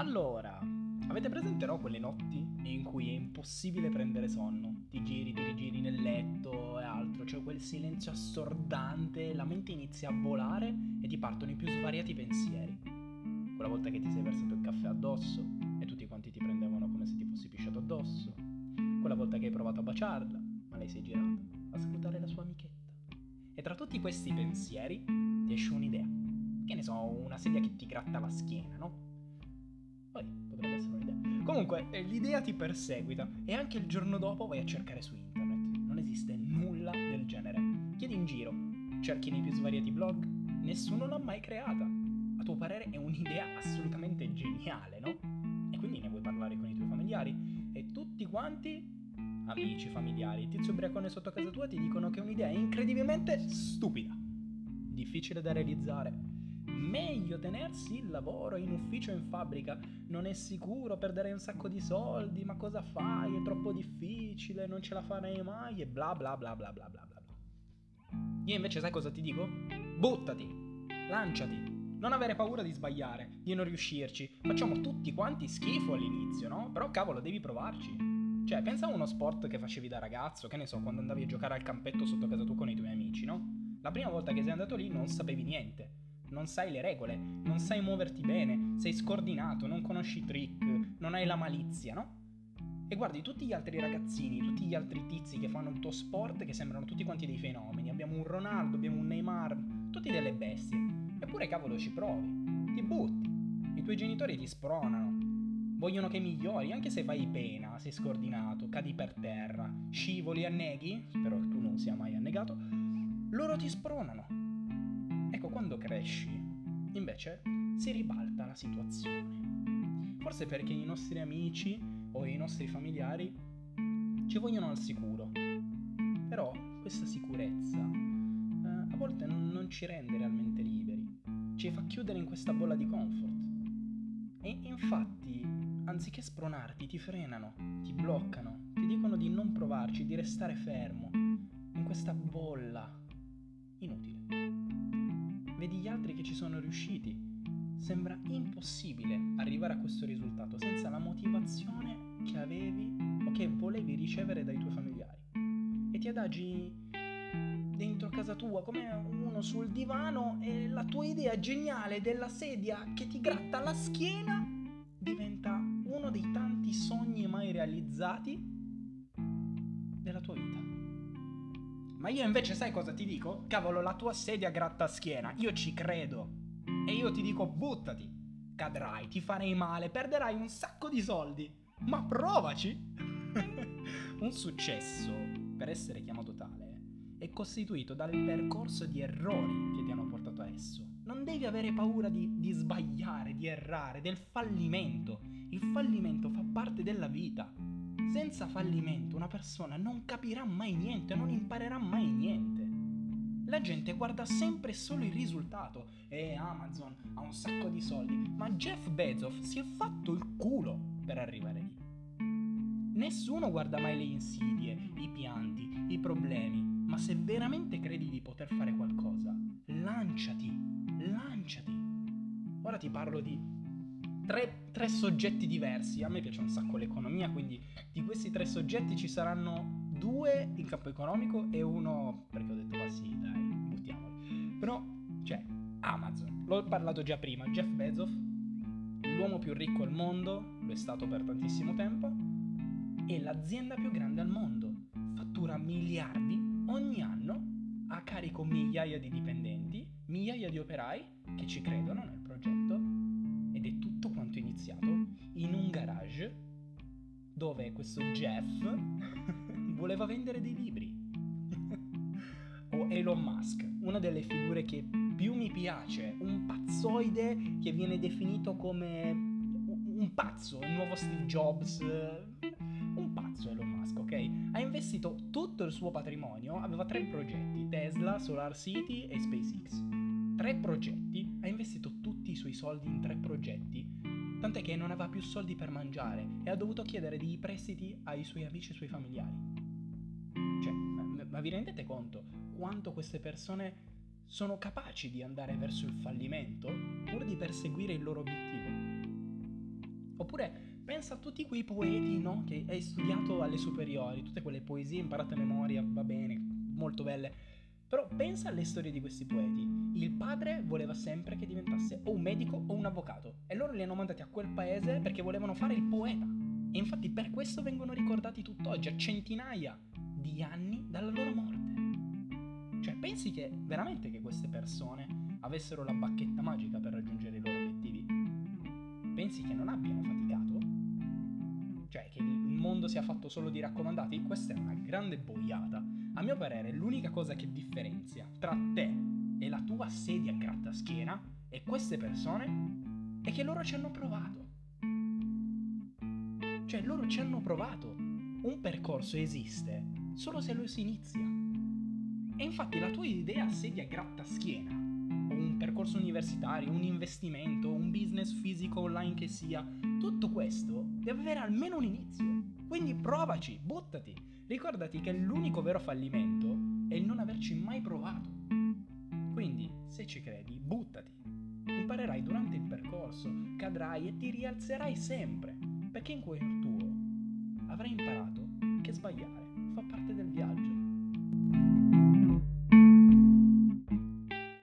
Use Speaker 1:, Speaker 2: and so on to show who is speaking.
Speaker 1: Allora, avete presente, no, quelle notti in cui è impossibile prendere sonno? Ti giri, ti rigiri nel letto e altro, c'è quel silenzio assordante, la mente inizia a volare e ti partono i più svariati pensieri. Quella volta che ti sei versato il caffè addosso e tutti quanti ti prendevano come se ti fossi pisciato addosso. Quella volta che hai provato a baciarla, ma lei si è girata a scrutare la sua amichetta. E tra tutti questi pensieri ti esce un'idea. Che ne so, una sedia che ti gratta la schiena, no? Poi potrebbe essere un'idea. Comunque, l'idea ti perseguita e anche il giorno dopo vai a cercare su internet. Non esiste nulla del genere. Chiedi in giro, cerchi nei più svariati blog, nessuno l'ha mai creata. A tuo parere è un'idea assolutamente geniale, no? E quindi ne vuoi parlare con i tuoi familiari e tutti quanti, amici, familiari, tizio ubriacone sotto casa tua, ti dicono che è un'idea incredibilmente stupida, difficile da realizzare. Meglio tenersi il lavoro in ufficio o in fabbrica, non è sicuro, perderai un sacco di soldi, ma cosa fai? È troppo difficile, non ce la farai mai e bla bla bla bla bla bla bla. Io invece sai cosa ti dico? Buttati, lanciati, non avere paura di sbagliare, di non riuscirci. Facciamo tutti quanti schifo all'inizio, no? Però cavolo, devi provarci. Cioè, pensa a uno sport che facevi da ragazzo, che ne so, quando andavi a giocare al campetto sotto casa tua con i tuoi amici, no? La prima volta che sei andato lì non sapevi niente. Non sai le regole, non sai muoverti bene, sei scordinato, non conosci i trick, non hai la malizia, no? E guardi tutti gli altri ragazzini, tutti gli altri tizi che fanno il tuo sport, che sembrano tutti quanti dei fenomeni. Abbiamo un Ronaldo, abbiamo un Neymar, tutti delle bestie. Eppure cavolo ci provi, ti butti. I tuoi genitori ti spronano, vogliono che migliori, anche se fai pena, sei scordinato, cadi per terra, scivoli, anneghi, spero che tu non sia mai annegato, loro ti spronano. Ecco, quando cresci, invece, si ribalta la situazione. Forse perché i nostri amici o i nostri familiari ci vogliono al sicuro. Però questa sicurezza a volte non ci rende realmente liberi, ci fa chiudere in questa bolla di comfort. E infatti, anziché spronarti, ti frenano, ti bloccano, ti dicono di non provarci, di restare fermo in questa bolla inutile. Vedi gli altri che ci sono riusciti. Sembra impossibile arrivare a questo risultato senza la motivazione che avevi o che volevi ricevere dai tuoi familiari. E ti adagi dentro casa tua come uno sul divano e la tua idea geniale della sedia che ti gratta la schiena diventa uno dei tanti sogni mai realizzati della tua vita. Ma io invece sai cosa ti dico? Cavolo, la tua sedia gratta schiena, io ci credo. E io ti dico buttati. Cadrai, ti farei male, perderai un sacco di soldi. Ma provaci! Un successo, per essere chiamato tale, è costituito dal percorso di errori che ti hanno portato a esso. Non devi avere paura di sbagliare, di errare, del fallimento. Il fallimento fa parte della vita. Senza fallimento una persona non capirà mai niente, non imparerà mai niente. La gente guarda sempre solo il risultato. Amazon ha un sacco di soldi, ma Jeff Bezos si è fatto il culo per arrivare lì. Nessuno guarda mai le insidie, i pianti, i problemi, ma se veramente credi di poter fare qualcosa, lanciati, lanciati. Ora ti parlo di tre soggetti diversi. A me piace un sacco l'economia, quindi di questi 3 soggetti ci saranno 2 in campo economico e uno perché ho detto ma sì dai, buttiamoli. Però c'è Amazon, l'ho parlato già prima, Jeff Bezos, l'uomo più ricco al mondo, lo è stato per tantissimo tempo, è l'azienda più grande al mondo, fattura miliardi ogni anno, ha a carico migliaia di dipendenti, migliaia di operai che ci credono nel progetto. Ed è tutto quanto iniziato in un garage dove questo Jeff voleva vendere dei libri. O Elon Musk, una delle figure che più mi piace, un pazzoide che viene definito come un pazzo, il nuovo Steve Jobs, un pazzo Elon Musk, ok? Ha investito tutto il suo patrimonio, aveva 3 progetti, Tesla, Solar City e SpaceX. 3 progetti, ha investito tutti i suoi soldi in 3 progetti, tant'è che non aveva più soldi per mangiare e ha dovuto chiedere dei prestiti ai suoi amici e ai suoi familiari. Cioè, ma vi rendete conto quanto queste persone sono capaci di andare verso il fallimento pur di perseguire il loro obiettivo? Oppure pensa a tutti quei poeti, no? Che hai studiato alle superiori, tutte quelle poesie imparate a memoria, va bene, molto belle. Però pensa alle storie di questi poeti. Il padre voleva sempre che diventasse o un medico o un avvocato. E loro li hanno mandati a quel paese perché volevano fare il poeta. E infatti per questo vengono ricordati tutt'oggi, a centinaia di anni dalla loro morte. Cioè, pensi che veramente che queste persone avessero la bacchetta magica per raggiungere i loro obiettivi? Pensi che non abbiano faticato? Cioè, che il mondo sia fatto solo di raccomandati? Questa è una grande boiata. A mio parere, l'unica cosa che differenzia tra te e la tua sedia grattaschiena e queste persone è che loro ci hanno provato. Cioè, loro ci hanno provato. Un percorso esiste solo se lo si inizia. E infatti la tua idea sedia grattaschiena, o un percorso universitario, un investimento, un business fisico online che sia, tutto questo deve avere almeno un inizio. Quindi provaci, buttati. Ricordati che l'unico vero fallimento è il non averci mai provato. Quindi, se ci credi, buttati. Imparerai durante il percorso, cadrai e ti rialzerai sempre, perché in cuor tuo avrai imparato